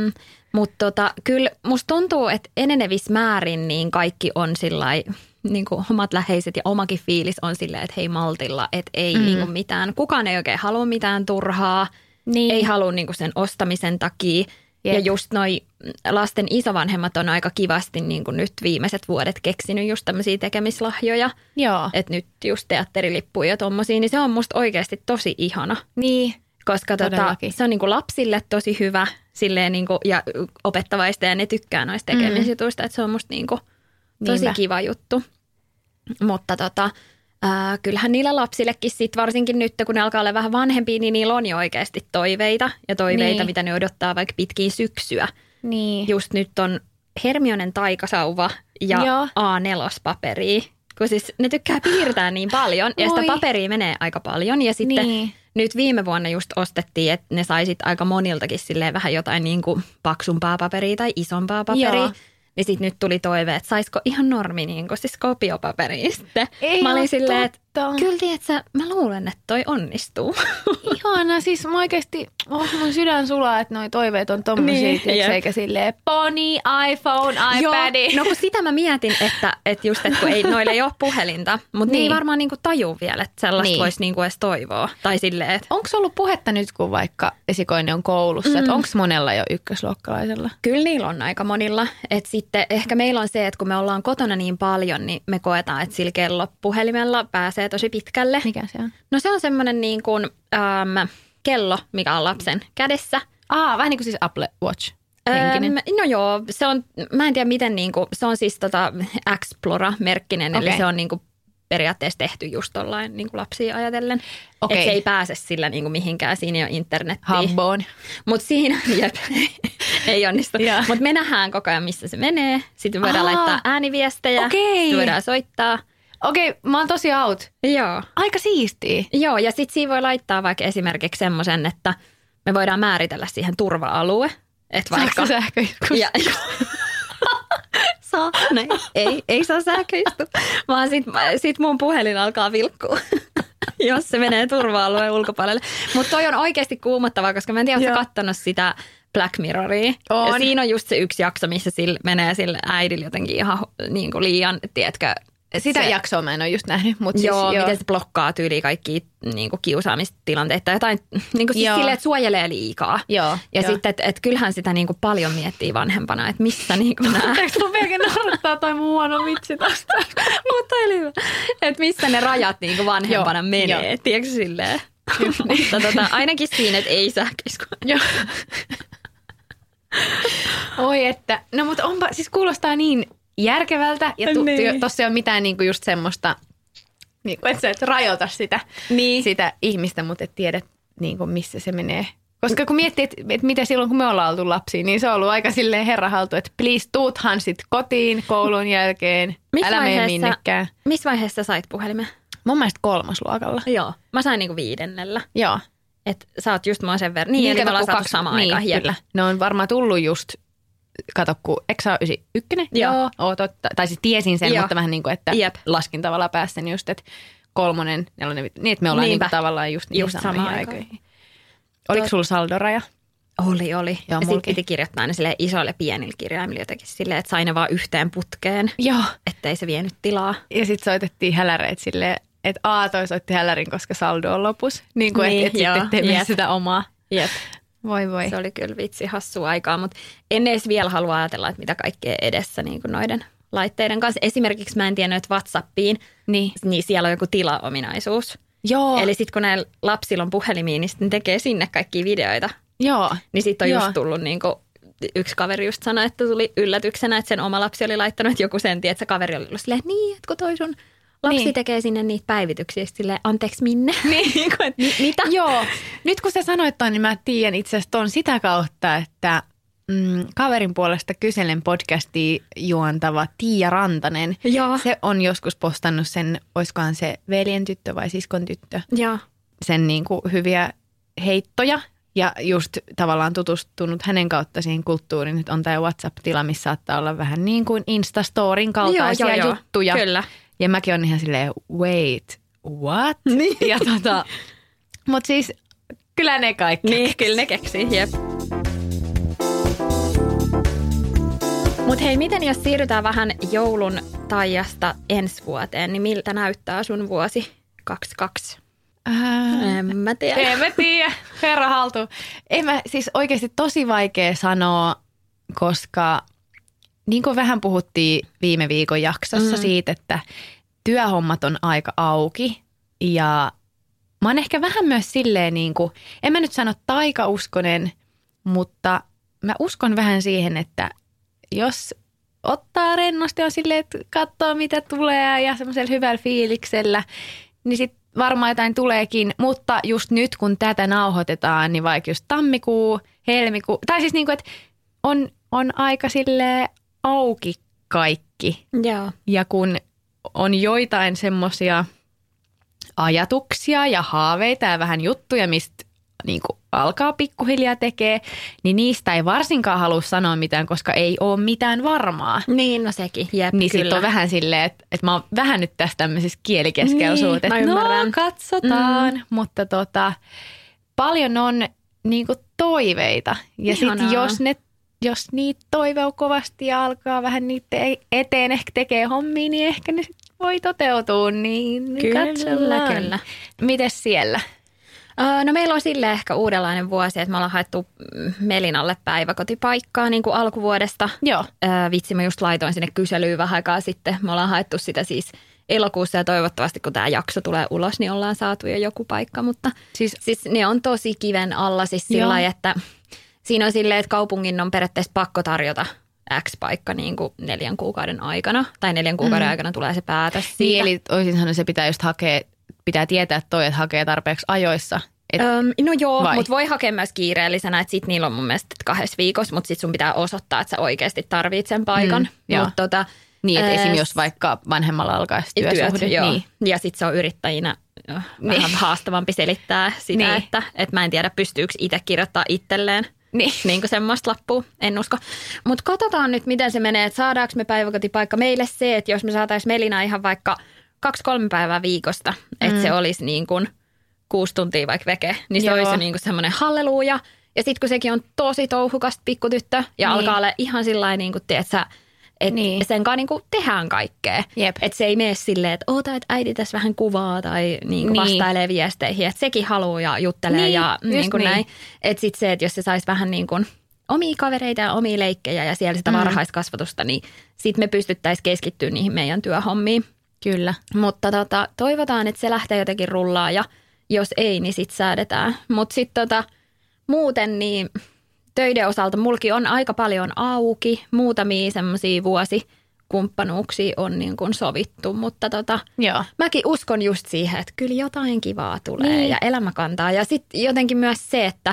Mutta kyllä musta tuntuu, että enenevissä määrin niin kaikki on sillai, niin kuin omat läheiset ja omakin fiilis on silleen, että hei maltilla, että ei niin kuin mitään. Kukaan ei oikein halua mitään turhaa, ei halua niin kuin sen ostamisen takia. Ja just noi lasten isovanhemmat on aika kivasti niin kuin nyt viimeiset vuodet keksinyt just tämmöisiä tekemislahjoja. Joo. Että nyt just teatterilippuja ja tommosia, niin se on musta oikeasti tosi ihana. Niin. Koska se on niinku lapsille tosi hyvä silleen niinku, ja opettavaista ja ne tykkää noista tekemisjutuista, että se on musta niinku tosi kiva juttu. Mutta kyllähän niillä lapsillekin sit varsinkin nyt, kun ne alkaa olla vähän vanhempia, niin niillä on jo oikeasti toiveita ja toiveita, mitä ne odottaa vaikka pitkin syksyä. Niin. Just nyt on Hermionen taikasauva ja A4-paperia, kun siis ne tykkää piirtää niin paljon ja sitä paperia menee aika paljon ja sitten nyt viime vuonna just ostettiin, että ne sai sit aika moniltakin silleen vähän jotain niin kuin paksumpaa paperia tai isompaa paperia. Ja sitten nyt tuli toive, että saisiko ihan normi niin kuin siis kopiopaperia sitten. Mä olin silleen, että kyllä tiedätkö, mä luulen, että toi onnistuu. Ihana, siis mä oikeasti, mun sydän sulaa, että noi toiveet on tommosia, eikä silleen poni, iPhone, iPad. Joo, no kun sitä mä mietin, että just, että kun noille ei ole puhelinta, mutta ne ei varmaan niinku taju vielä, että sellaista voisi niinku edes toivoa. Tai silleen, että onko ollut puhetta nyt, kun vaikka esikoinen on koulussa, että onko monella jo ykkösluokkalaisella? Kyllä niillä on aika monilla. Että sitten ehkä meillä on se, että kun me ollaan kotona niin paljon, niin me koetaan, että sillä kellopuhelimella pääsee tosi pitkälle. Mikä se on? No se on semmoinen niin kuin kello, mikä on lapsen kädessä. Vähän niin kuin siis Apple Watch henkinen. No joo, se on, mä en tiedä miten niin kuin, se on siis Explora-merkkinen, eli se on niin kuin periaatteessa tehty just tollain niin kuin lapsia ajatellen. Että se ei pääse sillä niin kuin mihinkään, siinä ei ole internettiä. Habboon. Mutta siinä, ei onnistu. Mutta me nähdään koko ajan, missä se menee. Sitten voidaan laittaa ääniviestejä, sitten voidaan soittaa. Okei, mä oon tosi out. Joo. Aika siistiä. Joo, ja sitten siinä voi laittaa vaikka esimerkiksi semmoisen, että me voidaan määritellä siihen turva-alue. Saako sähköisku? Saa, ei saa sähköistua, vaan sit mun puhelin alkaa vilkkua, jos se menee turva-alueen ulkopuolelle. Mutta toi on oikeasti kuumottavaa, koska mä en tiedä, ootko kattonut sitä Black Mirroria. On. Ja siinä on just se yksi jakso, missä menee sille äidille jotenkin ihan niin kuin liian, tiedätkö, Sitä jaksoa mä en ole just nähnyt. Mutta Joo, siis, miten se blokkaa tyyliin kaikkia niin kuin kiusaamistilanteita tai jotain niin kuin siis silleen, että suojelee liikaa. Joo, ja joo. sitten, että kyllähän sitä niin kuin paljon miettii vanhempana, että missä niin kuin nämä... Eikö mun melkein naurattaa toi mun huono vitsi tosta? Mutta oli hyvä. Että missä ne rajat niin kuin vanhempana menee, tiedätkö silleen? Mutta ainakin siinä, että ei sähkis. Joo. Oi että, no mutta onpa, siis kuulostaa niin järkevältä ja tossa ei ole mitään niinku just semmoista, niinku, että sä et rajoita sitä ihmistä, mutta et tiedä niinku, missä se menee. Koska kun miettii, että mitä silloin kun me ollaan oltu lapsia, niin se on ollut aika silleen herrahaltu, että please tuuthan sit kotiin koulun jälkeen, älä mene minnekään. Missä vaiheessa sait puhelimen? Mun mielestä 3. luokalla. Joo, mä sain niinku 5. Joo. Että sä oot just mua sen verran. Niin, eli me ollaan saatu samaan aikaan. Kyllä. Ne on varmaan tullut just, kato kun, eikö sä ole 91? Joo. Totta. Tai siis tiesin sen, Joo. mutta vähän niin kuin, että laskin tavallaan päässäni just, että 3, 4, niin että me ollaan niin kuin tavallaan just samaan aikoihin. Oliko sulla saldoraja? Oli. Joo, ja sitten piti kirjoittaa aina silleen isoille pienille kirjaimille jotenkin silleen, että sai ne vaan yhteen putkeen. Joo. Ettei se vienyt tilaa. Ja sitten soitettiin häläreitä silleen, että toi soitti hälärin, koska saldo on lopussa. Niin kuin, että sitten teemme sitä omaa. Jep. Voi. Se oli kyllä vitsi hassua aikaa, mutta en edes vielä halua ajatella, että mitä kaikkea edessä niin kuin noiden laitteiden kanssa. Esimerkiksi mä en tiennyt, että WhatsAppiin, niin siellä on joku tilaominaisuus. Joo. Eli sitten kun näillä lapsilla on puhelimia, niin sitten tekee sinne kaikkia videoita. Joo. Niin sitten on just tullut niin kuin, yksi kaveri just sanoi, että tuli yllätyksenä, että sen oma lapsi oli laittanut, että joku sen että se kaveri oli ollut silleen, niin, että kun toi sun lapsi tekee sinne niitä päivityksiä, silleen, anteeksi minne? Niin. Mitä? Joo. Nyt kun sä sanoit ton, niin mä tiedän itse asiassa ton sitä kautta, että kaverin puolesta kyselen podcastia juontava Tiia Rantanen. Joo. Se on joskus postannut sen, oiskohan se veljen tyttö vai siskon tyttö, sen niin kuin hyviä heittoja. Ja just tavallaan tutustunut hänen kautta siihen kulttuuriin. Nyt on tämä WhatsApp-tila, missä saattaa olla vähän niin kuin Instastorin kaltaisia juttuja. Kyllä. Ja mäkin on ihan silleen, wait, what? Niin. Ja mutta siis kyllä ne kaikki. Niin, kyllä ne keksii, jep. Mutta hei, miten jos siirrytään vähän joulun taijasta ensi vuoteen, niin miltä näyttää sun vuosi 22? En mä tiedä. Herra haltu. Siis oikeasti tosi vaikea sanoa, koska niin kuin vähän puhuttiin viime viikon jaksossa siitä, että työhommat on aika auki ja mä oon ehkä vähän myös silleen niin kuin, en mä nyt sano taikauskonen, mutta mä uskon vähän siihen, että jos ottaa rennosti on silleen, että katsoo mitä tulee ja semmoisella hyvällä fiiliksellä, niin sitten varmaan jotain tuleekin, mutta just nyt kun tätä nauhoitetaan, niin vaikka just tammikuu, helmikuu, tai siis niin kuin, että on aika silleen auki kaikki. Joo. Ja kun on joitain semmoisia ajatuksia ja haaveita ja vähän juttuja, mistä niin kuin alkaa pikkuhiljaa tekee, niin niistä ei varsinkaan halua sanoa mitään, koska ei ole mitään varmaa. Niin, no sekin. Jep, niin sitten on vähän silleen, että mä oon vähän nyt tässä tämmöisessä kielikeskeosuudessa, niin, että katsotaan. Mutta paljon on niinku toiveita. Ja sitten jos niitä toivoo kovasti ja alkaa vähän niitä eteen ehkä tekee hommia, niin ehkä ne sit voi toteutua. Niin katsellaan. Kyllä. Mites siellä? No meillä on silleen ehkä uudenlainen vuosi, että me ollaan haettu Melinalle päiväkotipaikkaa niin kuin alkuvuodesta. Joo. Vitsi, mä just laitoin sinne kyselyyn vähän aikaa sitten. Me ollaan haettu sitä siis elokuussa ja toivottavasti kun tämä jakso tulee ulos, niin ollaan saatu jo joku paikka. Mutta siis ne on tosi kiven alla siis sillä lailla, että siinä on silleen, että kaupungin on periaatteessa pakko tarjota X-paikka niin kuin 4 kuukauden aikana. Tai 4 kuukauden aikana tulee se päätös siitä. Niin, eli olisin sanonut, että se pitää just hakea. Pitää tietää, että hakee tarpeeksi ajoissa. No joo, mutta voi hakea myös kiireellisenä, että sit niillä on mun mielestä 2 viikossa, mutta sit sun pitää osoittaa, että sä oikeasti tarvitset sen paikan. Niin, että esimerkiksi jos vaikka vanhemmalla alkaisi työsuhde. Niin. Ja sit se on yrittäjinä vähän haastavampi selittää sitä, että mä en tiedä pystyykö itse kirjoittaa itselleen. Niin kuin semmoista lappua, en usko. Mutta katsotaan nyt, miten se menee, että saadaanko me päiväkotipaikka. Meille se, että jos me saataisiin Melina ihan vaikka 2-3 päivää viikosta, että se olisi niin kuin 6 tuntia vaikka veke, niin se olisi niin kuin semmoinen halleluja. Ja sitten kun sekin on tosi touhukasta pikkutyttö ja alkaa olla ihan sillain niin kuin, tiedätkö, Että Niin. sen kanssa niinku tehdään kaikkea. Jep. Että se ei mene silleen, että oota, että äiti tässä vähän kuvaa tai niinku Niin. vastailee viesteihin. Että sekin haluaa ja juttelee Niin, ja just niinku niin. näin. Että sitten se, että jos se saisi vähän niin kuin omia kavereita ja omia leikkejä ja siellä sitä varhaiskasvatusta, niin sitten me pystyttäisiin keskittyä niihin meidän työhommiin. Kyllä. Mutta toivotaan, että se lähtee jotenkin rullaan ja jos ei, niin sitten säädetään. Mutta sitten muuten niin töiden osalta mulki on aika paljon auki. Muutamia semmoisia vuosikumppanuuksia on niin kuin sovittu, mutta Joo. mäkin uskon just siihen, että kyllä jotain kivaa tulee ja elämä kantaa. Ja sitten jotenkin myös se, että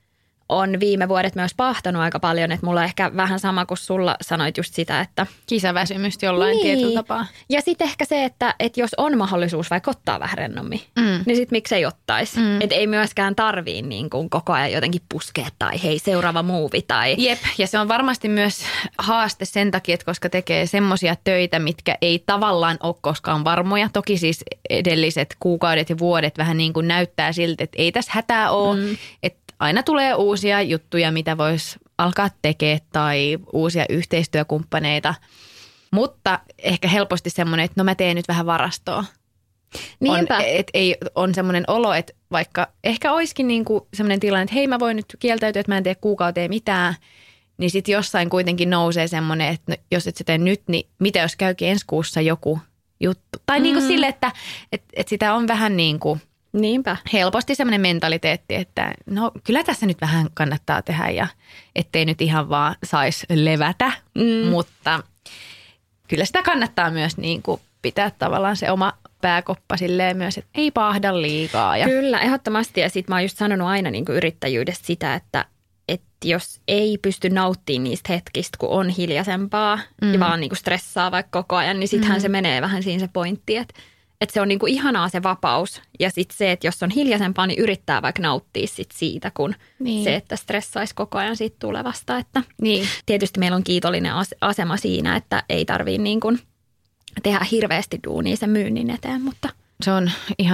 on viime vuodet myös pahtanut aika paljon, että mulla on ehkä vähän sama kuin sulla sanoit just sitä, että Kisaväsymystä jollain tietyllä tapaa. Ja sitten ehkä se, että jos on mahdollisuus vaikka ottaa vähän rennommin, niin sitten miksei ottaisi. Että ei myöskään tarvii niin kuin koko ajan jotenkin puskea tai hei seuraava muuvi tai... Jep, ja se on varmasti myös haaste sen takia, että koska tekee semmoisia töitä, mitkä ei tavallaan ole koskaan varmoja. Toki siis edelliset kuukaudet ja vuodet vähän niin kuin näyttää siltä, että ei tässä hätää ole, että aina tulee uusia juttuja, mitä voisi alkaa tekemään tai uusia yhteistyökumppaneita, mutta ehkä helposti semmoinen, että no mä teen nyt vähän varastoa. Niinpä. On semmoinen olo, että vaikka ehkä olisikin niinku semmoinen tilanne, että hei mä voin nyt kieltäytyä, että mä en tee kuukauteen mitään, niin sitten jossain kuitenkin nousee semmoinen, että no, jos et sä tee nyt, niin mitä jos käykin ensi kuussa joku juttu. Tai niinku sille, että sitä on vähän niin kuin Niinpä. helposti semmoinen mentaliteetti, että no kyllä tässä nyt vähän kannattaa tehdä ja ettei nyt ihan vaan saisi levätä, mutta kyllä sitä kannattaa myös niin kuin pitää tavallaan se oma pääkoppa silleen myös, että ei paahda liikaa. Ja... Kyllä, ehdottomasti. Ja sitten mä oon just sanonut aina niin kuin yrittäjyydestä sitä, että jos ei pysty nauttimaan niistä hetkistä, kun on hiljaisempaa ja vaan niin kuin stressaa vaikka koko ajan, niin sittenhän se menee vähän siinä se pointti, että se on niin kuin ihanaa se vapaus. Ja sitten se, että jos on hiljaisempaa, niin yrittää vaikka nauttia sit siitä, kun se, että stressaisi koko ajan siitä tulevasta. Että tietysti meillä on kiitollinen asema siinä, että ei tarvitse niin kuin tehdä hirveästi duunia sen myynnin eteen, mutta... Se on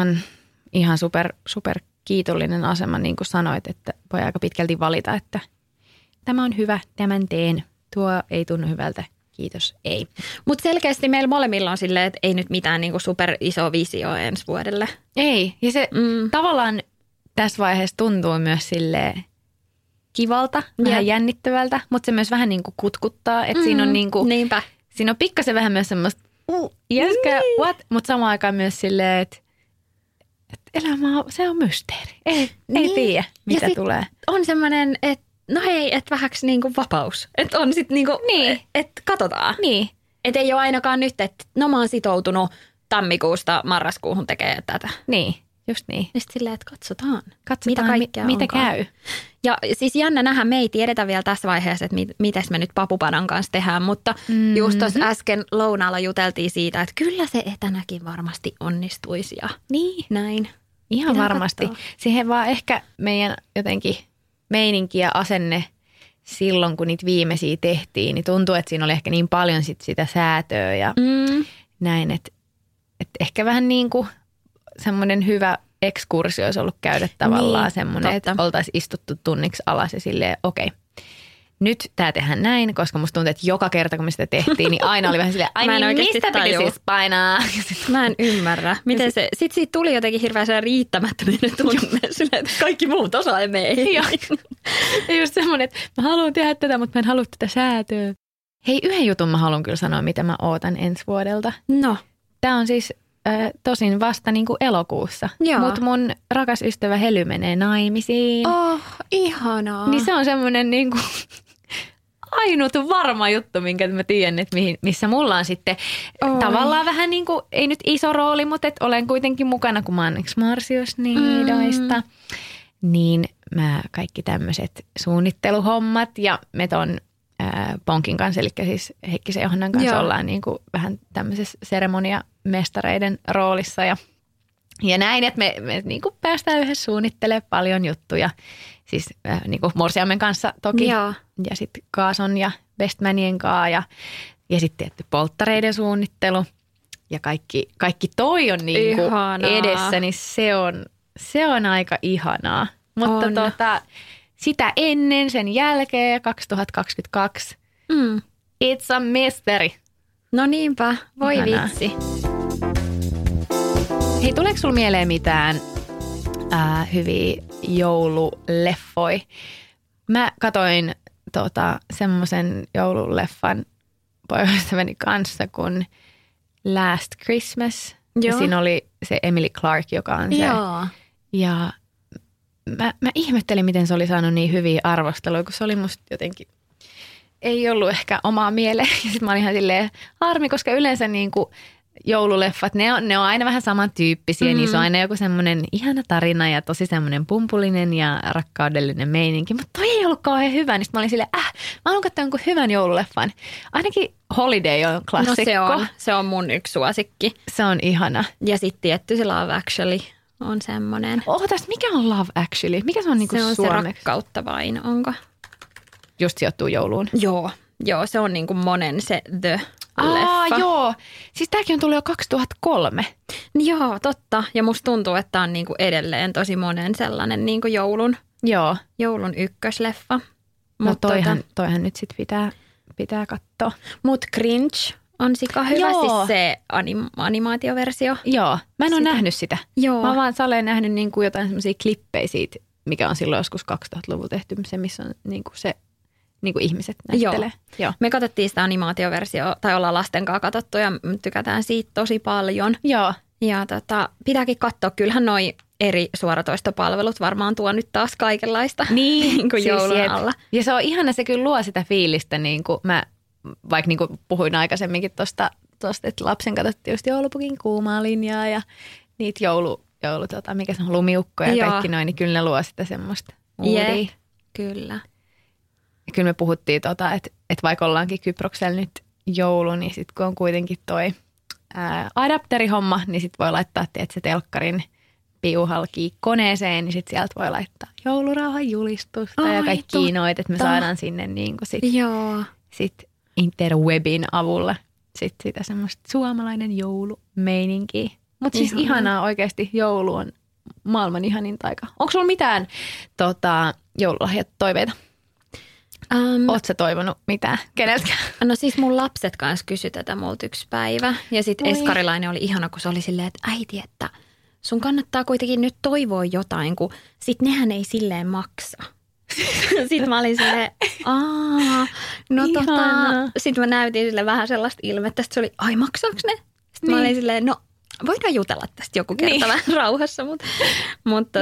ihan super kiitollinen asema, niin kuin sanoit, että voi aika pitkälti valita, että tämä on hyvä, tämän teen, tuo ei tunnu hyvältä, kiitos, ei. Mutta selkeästi meillä molemmilla on silleen, että ei nyt mitään niinku super iso visio ensi vuodelle. Ei, ja se tavallaan tässä vaiheessa tuntuu myös silleen kivalta, vähän jännittävältä, mutta se myös vähän niin kuin kutkuttaa, että siinä on niin kuin, siinä on pikkasen vähän myös semmoista jäskää, mutta samaan aikaan myös silleen, että elämä se on mysteeri. Ei tiedä, mitä tulee. On semmoinen, että no hei, että vähäksi niinku vapaus. Että on sitten niinku, että katsotaan. Niin. Että ei ole ainakaan nyt, että no mä oon sitoutunut tammikuusta marraskuuhun tekee tätä. Niin, just niin. Ja sitten silleen, että katsotaan mitä kaikkea mitä käy. Ja siis jännä nähdä, me ei tiedetä vielä tässä vaiheessa, että mitäs me nyt papupadan kanssa tehdään, mutta just tuossa äsken lounaalla juteltiin siitä, että kyllä se etänäkin varmasti onnistuisi ja näin. Ihan Pitää varmasti. katsoa. Siihen vaan ehkä meidän jotenkin meininki ja asenne silloin, kun niitä viimeisiä tehtiin, niin tuntuu, että siinä oli ehkä niin paljon sitä säätöä ja näin, että ehkä vähän niin kuin semmoinen hyvä ekskursio olisi ollut käydä tavallaan semmoinen, että oltaisiin istuttu tunniksi alas ja silleen, okei. Nyt tämä tehdään näin, koska musta tuntuu, että joka kerta kun me sitä tehtiin, niin aina oli vähän silleen, ai niin, mistä piti siis painaa? Mä en ymmärrä. Miten se, sitten siitä tuli jotenkin hirveän riittämättömyyden tunne, silleen, että kaikki muut osaa ja me ei. Joo. Ja just semmoinen, että mä haluan tehdä tätä, mutta mä en halua tätä säätöä. Hei, yhden jutun mä haluan kyllä sanoa, mitä mä ootan ensi vuodelta. No. Tää on siis tosin vasta niin kuin elokuussa, mutta mun rakas ystävä Hely menee naimisiin. Oh, ihanaa. Niin se on semmoinen niin kuin ainut varma juttu, minkä mä tiedän, että missä mulla on sitten tavallaan vähän niin kuin, ei nyt iso rooli, mutta et olen kuitenkin mukana, kun mä oon Marsiusniidoista. Niin mä kaikki tämmöiset suunnitteluhommat ja me ton Ponkin kanssa, eli siis Heikkisen Johannan kanssa ollaan niin kuin vähän tämmöisessä seremoniamestareiden roolissa ja näin, että me niin kuin päästään yhdessä suunnittelemaan paljon juttuja. Siis niin kuin Morsiamen kanssa toki ja sitten Kaason ja Westmanien kanssa ja sitten tietty polttareiden suunnittelu ja kaikki toi on niin kuin edessä, niin se on aika ihanaa. Mutta sitä ennen, sen jälkeen 2022 It's a mystery. No niinpä, voi Ihanaa. vitsi. Hei, tuleeko sulla mieleen mitään hyviä joululeffoja? Mä katoin semmoisen joululeffan poikaystäväni kanssa kuin Last Christmas. Ja siinä oli se Emily Clark, joka on se. Joo. Ja mä ihmettelin, miten se oli saanut niin hyviä arvosteluja, kun se oli musta jotenkin, ei ollut ehkä omaa mieleen. Ja sit mä olin ihan silleen harmi, koska yleensä niinku joululeffat, ne on aina vähän samantyyppisiä. Niissä on aina joku semmoinen ihana tarina ja tosi semmoinen pumpulinen ja rakkaudellinen meininki. Mutta toi ei ollut kauhean hyvä, niin sit mä olin silleen, mä haluan katsoa jonkun hyvän joululeffan. Ainakin Holiday on klassikko. No se on mun yksi suosikki. Se on ihana. Ja sitten tietty se Love Actually on semmoinen. Ootas, mikä on Love Actually? Mikä se on niinku se on suomeksi? Se rakkautta vain, onko? Just sijoittuu jouluun. Joo, se on niinku monen se The-leffa. Joo. Siis tääkin on tullut jo 2003. Joo, totta. Ja musta tuntuu, että on niinku edelleen tosi monen sellainen niinku joulun ykkösleffa. No toihan nyt sit pitää katsoa. Mut Grinch on sika hyvä, siis se animaatioversio. Joo, mä en ole nähnyt sitä. Joo. Mä oon vaan Saleen nähnyt niinku jotain semmosia klippejä siitä, mikä on silloin joskus 2000-luvulla tehty, se missä on niinku se niinku ihmiset näyttelee. Joo. Me katsottiin sitä animaatioversiota, tai ollaan lasten kanssa katsottu ja tykätään siitä tosi paljon. Joo. Ja pitääkin katsoa, kyllähän noi eri suoratoistopalvelut varmaan tuo nyt taas kaikenlaista niin kuin joulun alla. Ja se on ihana, se kyllä luo sitä fiilistä, niin kuin mä vaikka niin kuin puhuin aikaisemminkin tuosta, että lapsen katsottiin just joulupukin kuumaa linjaa ja niitä mikä se on, lumiukkoja ja kaikki noin, niin kyllä ne luo sitä semmoista moodia. Kyllä. Ja kyllä me puhuttiin, että vaikka ollaankin Kyproksella nyt joulu, niin sitten kun on kuitenkin toi adapterihomma, niin sitten voi laittaa se telkkarin piuhalki koneeseen, niin sitten sieltä voi laittaa joulurauhan julistusta ja kaikki noita, että me saadaan sinne niin kuin sit interwebin avulla sit sitä semmoista suomalainen joulumeininkiä. Mutta siis ihanaa oikeasti, joulu on maailman ihanin taika. Onko sulla mitään joululahjatoiveita? Ootko sä toivonut mitään keneltäkään? No siis mun lapset kanssa kysyi tätä multa yksi päivä. Ja sitten Eskarilainen oli ihana, kun se oli silleen, että äiti, että sun kannattaa kuitenkin nyt toivoa jotain, kun sit nehän ei silleen maksa. Sitten mä olin silleen, sitten mä näytin sille vähän sellaista ilmettä. Sitten se oli, ai maksaako ne? Sitten mä olin silleen, no voidaan jutella tästä joku kerta vähän rauhassa. Mutta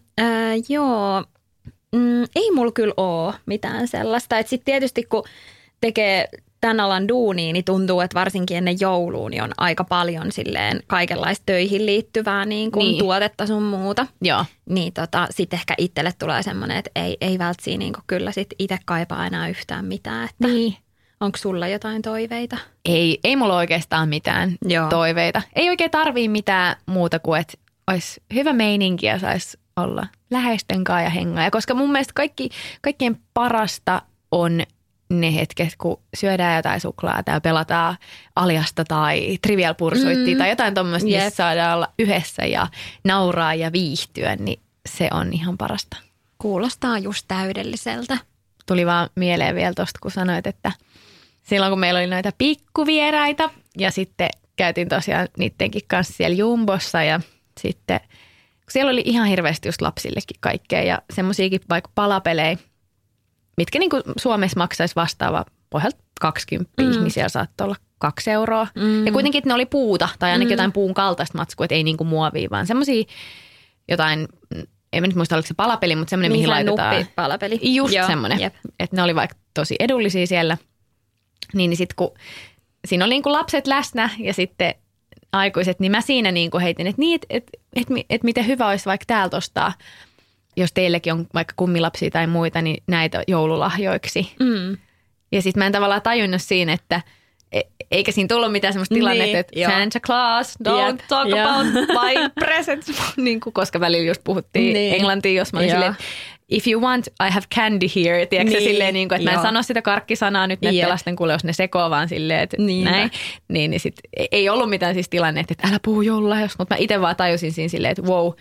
joo. Ei mulla kyllä ole mitään sellaista. Että sitten tietysti kun tekee tämän alan duunia, niin tuntuu, että varsinkin ennen joulua niin on aika paljon silleen kaikenlaista töihin liittyvää niin kuin tuotetta sun muuta. Joo. Niin sitten ehkä itselle tulee semmoinen, että ei välttämättä niin kuin kyllä sit itse kaipaa enää yhtään mitään. Että onko sulla jotain toiveita? Ei mulla oikeastaan mitään toiveita. Ei oikein tarvii mitään muuta kuin, että olisi hyvä meininki ja saisi olla läheisten kanssa ja hengaa. Ja koska mun mielestä kaikkein parasta on ne hetket, kun syödään jotain suklaata ja pelataan Aliasta tai Trivial Pursuittia tai jotain tuommoista, missä saadaan olla yhdessä ja nauraa ja viihtyä, niin se on ihan parasta. Kuulostaa just täydelliseltä. Tuli vaan mieleen vielä tuosta, kun sanoit, että silloin kun meillä oli noita pikkuvieraita ja sitten käytiin tosiaan niidenkin kanssa siellä Jumbossa ja sitten siellä oli ihan hirveästi just lapsillekin kaikkea ja semmoisiakin vaikka palapelejä, mitkä niin kuin Suomessa maksaisi vastaava pohjalta 20, niin siellä saattoi olla 2 euroa. Ja kuitenkin ne oli puuta tai ainakin jotain puun kaltaista matskua, että ei niin kuin muovia, vaan semmoisia jotain, en nyt muista oliko se palapeli, mutta semmoinen, mihin laitetaan. Nuppipalapeli. Just semmoinen, että ne oli vaikka tosi edullisia siellä. Niin sitten kun siinä oli niin kuin lapset läsnä ja sitten aikuiset, niin mä siinä niin kuin heitin, että miten hyvä olisi vaikka täältä ostaa, jos teillekin on vaikka kummilapsia tai muita, niin näitä joululahjoiksi. Ja sitten mä en tavallaan tajunnut siinä, että eikä siinä tullut mitään semmoista tilannetta, että Santa Claus, don't talk about my presents, niin kuin, koska välillä just puhuttiin englantia, jos mä olin silleen, if you want, I have candy here. Tiedätkö silleen, niin kuin, että mä en sano sitä karkkisanaa nyt näiden lasten kuule, jos ne sekoo vaan silleen, että näin. Niin sit ei ollut mitään siis tilannetta, että älä puhu joululahjoista, mutta mä itse vaan tajusin siinä silleen, että wow,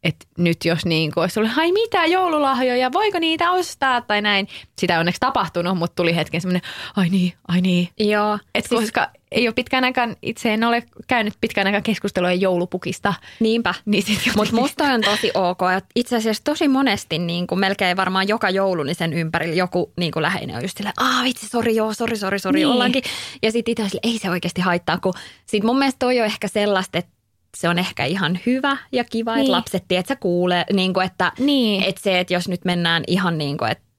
että nyt jos niin kuin olisi ollut, ai mitä joululahjoja, voiko niitä ostaa tai näin. Sitä on onneksi tapahtunut, mutta tuli hetken semmoinen, ai niin. Joo. Et siis, koska ei ole pitkään aikaan, itse en ole käynyt pitkään aikaan keskustelua joulupukista. Niinpä. Niin mutta musta on tosi ok. Ja itse asiassa tosi monesti niin kuin melkein varmaan joka joulu niin sen ympärillä joku niin kuin läheinen on just silleen, vitsi, sori, niin. Ollaankin. Ja sitten itse ei se oikeasti haittaa, kun sit mun mielestä toi on ehkä sellaista, että se on ehkä ihan hyvä ja kiva, että lapset tiedät, kuulee, niin kuin, että se, että jos nyt mennään ihan niin kuin, että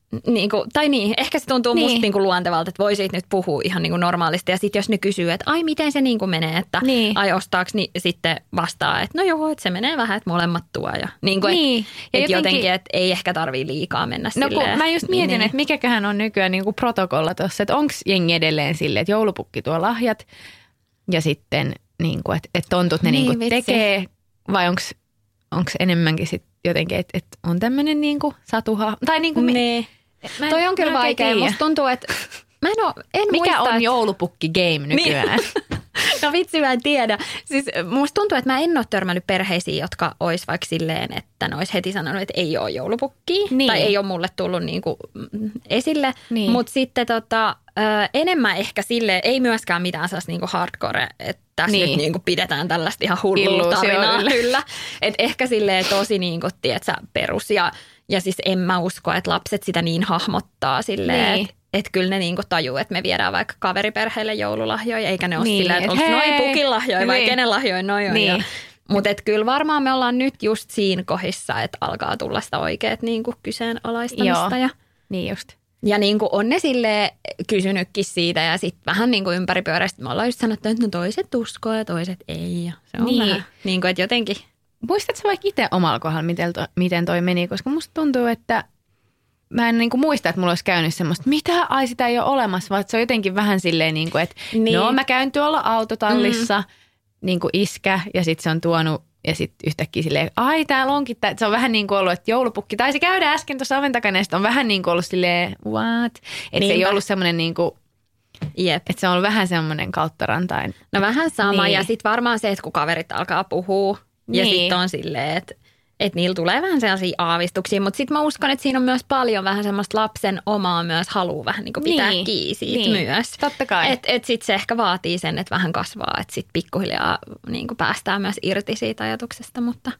ehkä se tuntuu musta niin kuin luontevalta, että voi siitä nyt puhua ihan niin kuin normaalisti. Ja sitten jos ne kysyy, että miten se niin kuin menee, että ostaaks, niin sitten vastaa, että no joo, että se menee vähän, että molemmat tuo. Ja, niin kuin, että jotenkin, että ei ehkä tarvii liikaa mennä silleen. No kun mä just mietin, että mikäköhän on nykyään niin kuin protokolla tuossa, että onko jengi edelleen silleen, että joulupukki tuo lahjat ja sitten niin kuin, että tontut ne niin kuin tekee vai onko enemmänkin sitten jotenkin, että on tämmöinen niin kuin satuha tai niin kuin toi on kyllä vaikea. Musta tuntuu, että mikä on joulupukki game nykyään? No vitsi, mä en tiedä. Siis musta tuntuu, että mä en ole törmännyt perheisiin, jotka olisi vaikka silleen, että ne olisi heti sanonut, että ei ole joulupukkia. Niin. Tai ei ole mulle tullut niinku esille. Niin. Mutta sitten enemmän ehkä silleen, ei myöskään mitään sellaista niinku hardcore, että tässä nyt niinku pidetään tällaista ihan hullua tarinaa. Kyllä. Että ehkä silleen tosi niinku, tiedätkö, perus. Ja siis en mä usko, että lapset sitä niin hahmottaa silleen, että kyllä ne niinku tajuu, että me viedään vaikka kaveriperheelle joululahjoja, eikä ne ole silleen, että onko noin pukin lahjoja vai kenen lahjoja noin on. Niin. Mutta kyllä varmaan me ollaan nyt just siinä kohdissa, että alkaa tulla sitä oikeat niinku kyseenalaistamista. Joo, niin just. Ja niinku on ne silleen kysynytkin siitä ja sitten vähän niinku ympäripyöräisesti me ollaan just sanottu, että no toiset uskoo ja toiset ei. Ja se on vähän niinku, että jotenkin. Muistatko vaikka itse omalla kohdalla, miten toi meni? Koska musta tuntuu, että mä en niinku muista, että mulla olisi käynyt semmoista, mitä, sitä ei ole olemassa, vaan se on jotenkin vähän silleen, niinku, että no mä käyn tuolla autotallissa, niinku iskä, ja sitten se on tuonut, ja sitten yhtäkkiä silleen, täällä onkin, se on vähän niin kuin ollut, että joulupukki, taisi käydä äsken tuossa oven takana, ja on vähän niin kuin ollut silleen, what? Että se ei ollut semmoinen niin kuin, että se on ollut vähän semmoinen kauttarantain. No vähän sama, ja sitten varmaan se, että kun kaverit alkaa puhua, ja sitten on silleen, että niillä tulee vähän sellaisia aavistuksia, mutta sitten mä uskon, että siinä on myös paljon vähän semmoista lapsen omaa myös halua vähän niin kuin pitää kiinni siitä myös. Totta kai. Että sitten se ehkä vaatii sen, että vähän kasvaa, että sitten pikkuhiljaa niin kuin päästään myös irti siitä ajatuksesta, mutta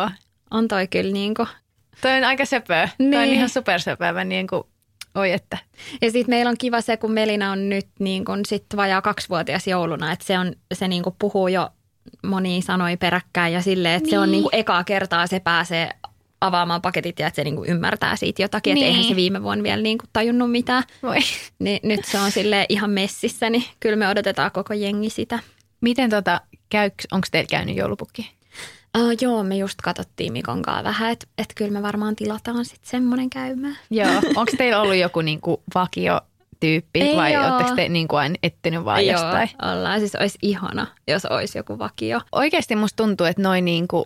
on toi kyllä niin kuin. Toi on aika söpöä. Toi on ihan supersöpöä, niin kuin oi että. Ja sitten meillä on kiva se, kun Melina on nyt niin kuin sitten vajaa 2-vuotias jouluna, että se niin kuin puhuu jo monia sanoja peräkkäin ja silleen, että se on niinku ekaa kertaa se pääsee avaamaan paketit ja että se niinku ymmärtää siitä jotakin. Että eihän se viime vuonna vielä niinku tajunnut mitään. Niin nyt se on silleen ihan messissä, niin kyllä me odotetaan koko jengi sitä. Miten onko teillä käynyt joulupukki? Joo, me just katsottiin Mikon kanssa vähän, että kyllä me varmaan tilataan sitten semmoinen käymään. Joo, onko teillä ollut joku niinku vakio tyyppi vai oletteko te niin kuin aina etsinyt vaan jostain? Joo, ollaan. Siis olisi ihana, jos olisi joku vakio. Oikeasti musta tuntuu, että noin niin kuin,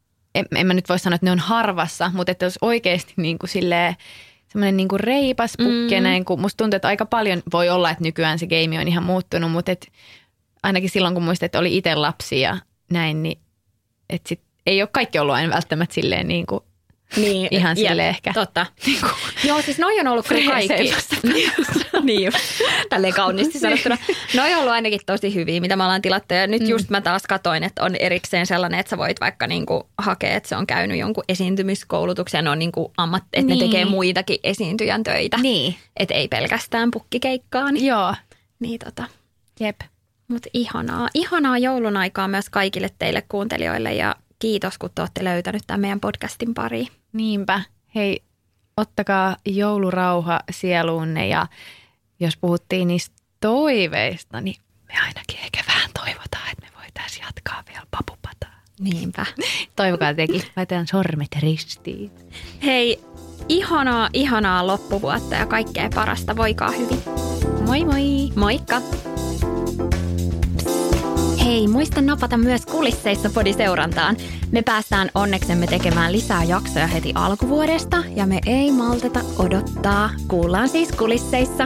en mä nyt voi sanoa, että ne on harvassa, mutta että olisi oikeasti niin kuin silleen semmoinen niin kuin reipas pukki. Näin, kun musta tuntuu, että aika paljon voi olla, että nykyään se game on ihan muuttunut, mutta että ainakin silloin, kun muistat, että oli itse lapsi ja näin, niin että sit ei ole kaikki ollut aina välttämättä silleen niin kuin ihan silleen ehkä. Totta. Joo, siis noi on ollut kyllä kaikki. Niin just, tälleen kauniisti sanottuna. Noi on ollut ainakin tosi hyviä, mitä me ollaan tilattu. Ja nyt just mä taas katoin, että on erikseen sellainen, että sä voit vaikka niinku hakea, että se on käynyt jonkun esiintymiskoulutuksen. Ne on niinku että ne tekee muitakin esiintyjän töitä. Niin. Että ei pelkästään pukkikeikkaa. Niin. Joo. Niin Jep. Mutta ihanaa joulun aikaa myös kaikille teille kuuntelijoille ja kiitos, kun te olette löytänyt tämän meidän podcastin pariin. Niinpä. Hei, ottakaa joulurauha sieluunne ja jos puhuttiin niistä toiveista, niin me ainakin ehkä vähän toivotaan, että me voitaisiin jatkaa vielä papupataa. Niinpä. Toivokaa tekin. Laitetaan sormet ristiin. Hei, ihanaa loppuvuotta ja kaikkea parasta. Voikaa hyvin. Moi moi. Moikka. Hei, muista napata myös Kulisseissa -podiseurantaan. Me päästään onneksemme tekemään lisää jaksoja heti alkuvuodesta ja me ei malteta odottaa. Kuullaan siis Kulisseissa.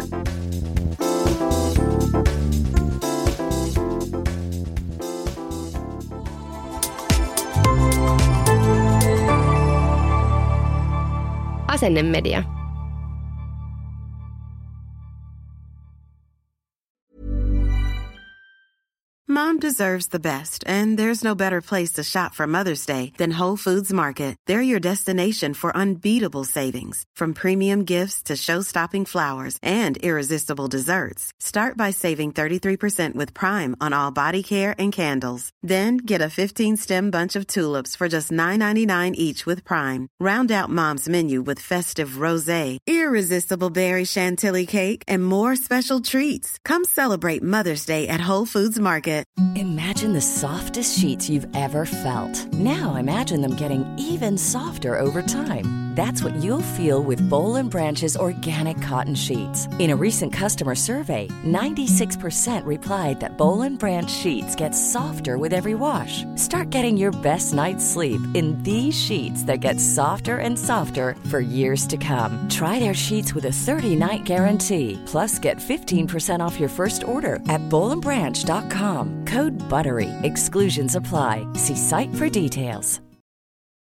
Asennemedia. Mom deserves the best, and there's no better place to shop for Mother's Day than Whole Foods Market. They're your destination for unbeatable savings, from premium gifts to show-stopping flowers and irresistible desserts. Start by saving 33% with Prime on all body care and candles. Then get a 15-stem bunch of tulips for just $9.99 each with Prime. Round out Mom's menu with festive rosé, irresistible berry chantilly cake, and more special treats. Come celebrate Mother's Day at Whole Foods Market. Imagine the softest sheets you've ever felt. Now imagine them getting even softer over time. That's what you'll feel with Boll & Branch's organic cotton sheets. In a recent customer survey, 96% replied that Boll & Branch sheets get softer with every wash. Start getting your best night's sleep in these sheets that get softer and softer for years to come. Try their sheets with a 30-night guarantee. Plus, get 15% off your first order at bollandbranch.com. Code BUTTERY. Exclusions apply. See site for details.